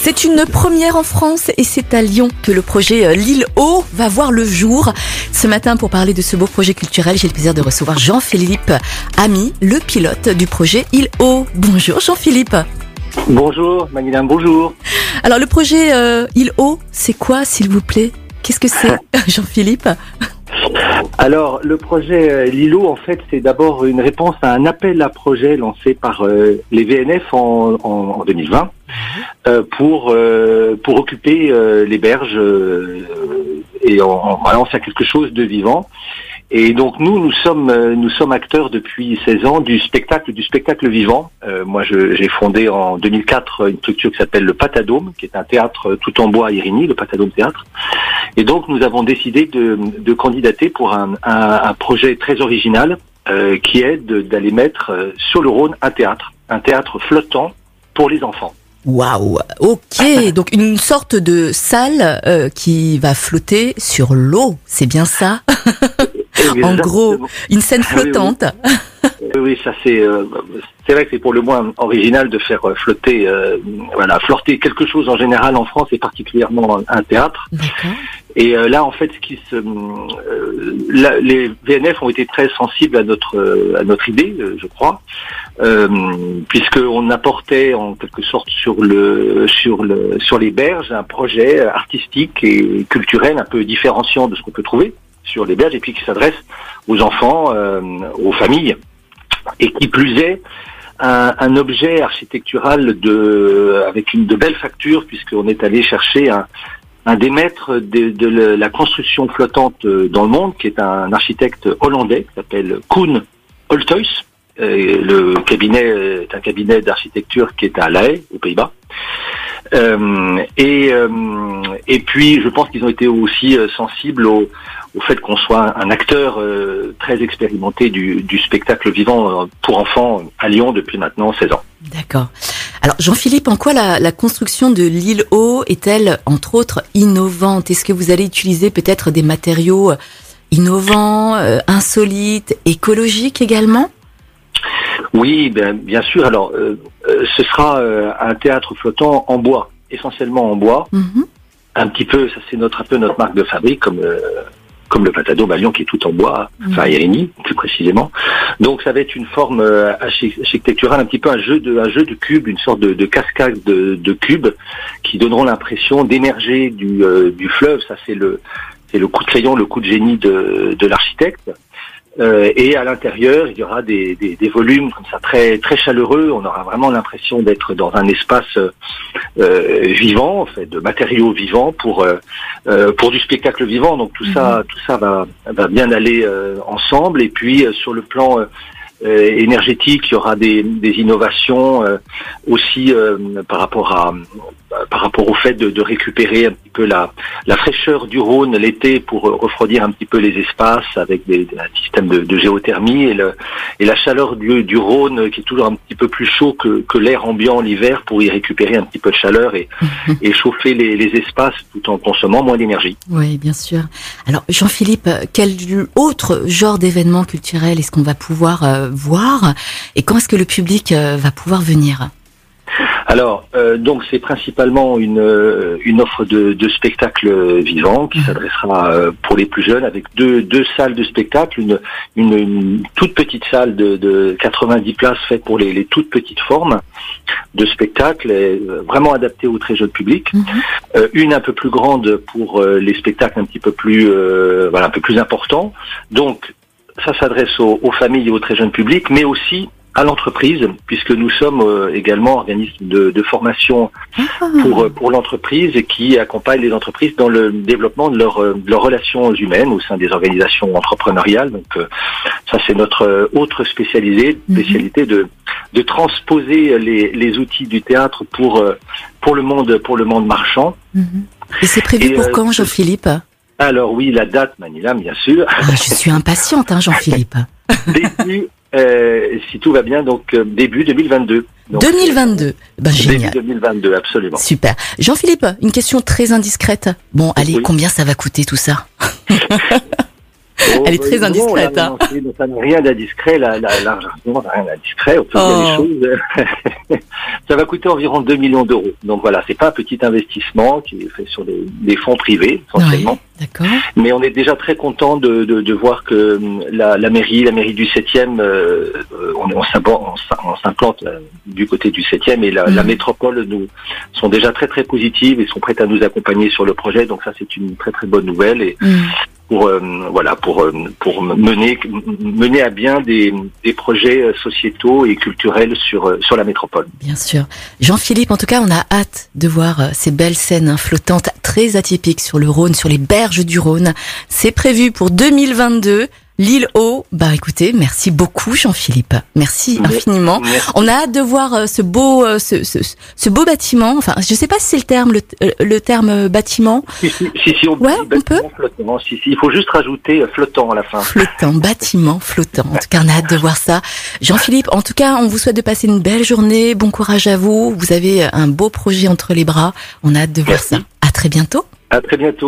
C'est une première en France et c'est à Lyon que le projet L'Île Haut va voir le jour. Ce matin, pour parler de ce beau projet culturel, j'ai le plaisir de recevoir Jean-Philippe Ami, le pilote du projet L'Île Haut. Bonjour Jean-Philippe. Bonjour Magdalene, bonjour. Alors le projet L'Île Haut, c'est quoi s'il vous plaît? Qu'est-ce que c'est Jean-Philippe? Alors le projet L'Île Haut, en fait, c'est d'abord une réponse à un appel à projet lancé par les VNF en 2020 pour occuper les berges et en faire quelque chose de vivant. Et donc nous sommes acteurs depuis 16 ans du spectacle vivant. Moi j'ai fondé en 2004 une structure qui s'appelle le Patadome, qui est un théâtre tout en bois à Irigny, le Patadome Théâtre. Et donc nous avons décidé de candidater pour un projet très original qui est d'aller mettre sur le Rhône un théâtre flottant pour les enfants. Waouh, ok, donc une sorte de salle qui va flotter sur l'eau, c'est bien ça? En gros, une scène flottante. Oui, ça c'est vrai que c'est pour le moins original de faire flotter flotter quelque chose en général en France et particulièrement un théâtre. D'accord. Et là en fait les VNF ont été très sensibles à notre idée, je crois, puisqu'on apportait en quelque sorte sur les berges un projet artistique et culturel un peu différenciant de ce qu'on peut trouver sur les berges et puis qui s'adresse aux enfants, aux familles, et qui plus est un objet architectural avec de belles factures, puisqu'on est allé chercher un des maîtres de la construction flottante dans le monde, qui est un architecte hollandais qui s'appelle Koen Holthuis. Le cabinet est un cabinet d'architecture qui est à La Haye, aux Pays-Bas. Et puis, je pense qu'ils ont été aussi sensibles au fait qu'on soit un acteur très expérimenté du spectacle vivant pour enfants à Lyon depuis maintenant 16 ans. D'accord. Alors Jean-Philippe, en quoi la construction de L'Île Haut est-elle, entre autres, innovante? Est-ce que vous allez utiliser peut-être des matériaux innovants, insolites, écologiques également? Oui, bien sûr. Alors, ce sera un théâtre flottant en bois, essentiellement en bois. Mm-hmm. Un petit peu, ça c'est un peu notre marque de fabrique, comme le Patadome à Lyon qui est tout en bois, enfin à Irigny plus précisément. Donc ça va être une forme architecturale, un petit peu un jeu de cubes, une sorte de cascade de cubes qui donneront l'impression d'émerger du fleuve. Ça c'est le coup de crayon, le coup de génie de l'architecte. Et à l'intérieur, il y aura des volumes comme ça très très chaleureux. On aura vraiment l'impression d'être dans un espace vivant, en fait, de matériaux vivants pour du spectacle vivant. Donc tout ça va bien aller ensemble. Et puis sur le plan énergétique, il y aura des innovations aussi par rapport au fait de récupérer un petit peu la fraîcheur du Rhône l'été pour refroidir un petit peu les espaces avec un système de géothermie et la chaleur du Rhône qui est toujours un petit peu plus chaud que l'air ambiant l'hiver pour y récupérer un petit peu de chaleur et chauffer les espaces tout en consommant moins d'énergie. Oui, bien sûr. Alors Jean-Philippe, quel autre genre d'événement culturel est-ce qu'on va pouvoir voir et quand est-ce que le public va pouvoir venir? Alors, donc c'est principalement une offre de spectacle vivant qui s'adressera pour les plus jeunes avec deux salles de spectacle, une toute petite salle de 90 places faite pour les toutes petites formes de spectacle, vraiment adaptée au très jeune public, une un peu plus grande pour les spectacles un petit peu plus un peu plus importants. Donc ça s'adresse aux familles et au très jeune public, mais aussi à l'entreprise, puisque nous sommes également organisme de formation pour l'entreprise et qui accompagne les entreprises dans le développement de leurs relations humaines au sein des organisations entrepreneuriales. Donc ça c'est notre autre spécialité de transposer les outils du théâtre pour le monde marchand. Et c'est prévu pour quand, Jean-Philippe? Alors oui, la date, Manila, bien sûr. Je suis impatiente, Jean-Philippe. Début, si tout va bien, donc début 2022. Donc, 2022, génial. Début 2022, absolument. Super. Jean-Philippe, une question très indiscrète. Bon, allez, Combien ça va coûter tout ça? Elle est très indiscrète. Non, ça n'a rien d'indiscret. L'argent n'a rien d'indiscret. On peut dire les choses. Ça va coûter environ 2 millions d'euros. Donc voilà, c'est pas un petit investissement qui est fait sur des fonds privés essentiellement. Ouais, d'accord. Mais on est déjà très content de voir que la mairie du 7e, on s'implante du côté du 7e et la métropole sont déjà très très positives et sont prêtes à nous accompagner sur le projet. Donc ça, c'est une très très bonne nouvelle et pour mener à bien des projets sociétaux et culturels sur la métropole. Bien sûr. Jean-Philippe, en tout cas, on a hâte de voir ces belles scènes flottantes très atypiques sur le Rhône, sur les berges du Rhône. C'est prévu pour 2022. L'île Aux. Écoutez, merci beaucoup Jean-Philippe. Merci infiniment. Merci. On a hâte de voir ce beau bâtiment. Enfin, je sais pas si c'est le terme bâtiment. Si, on peut. Flottant. Si, il faut juste rajouter flottant à la fin. Flottant, bâtiment flottant. En tout cas, on a hâte de voir ça. Jean-Philippe, en tout cas, on vous souhaite de passer une belle journée. Bon courage à vous. Vous avez un beau projet entre les bras. On a hâte de voir ça. À très bientôt. À très bientôt.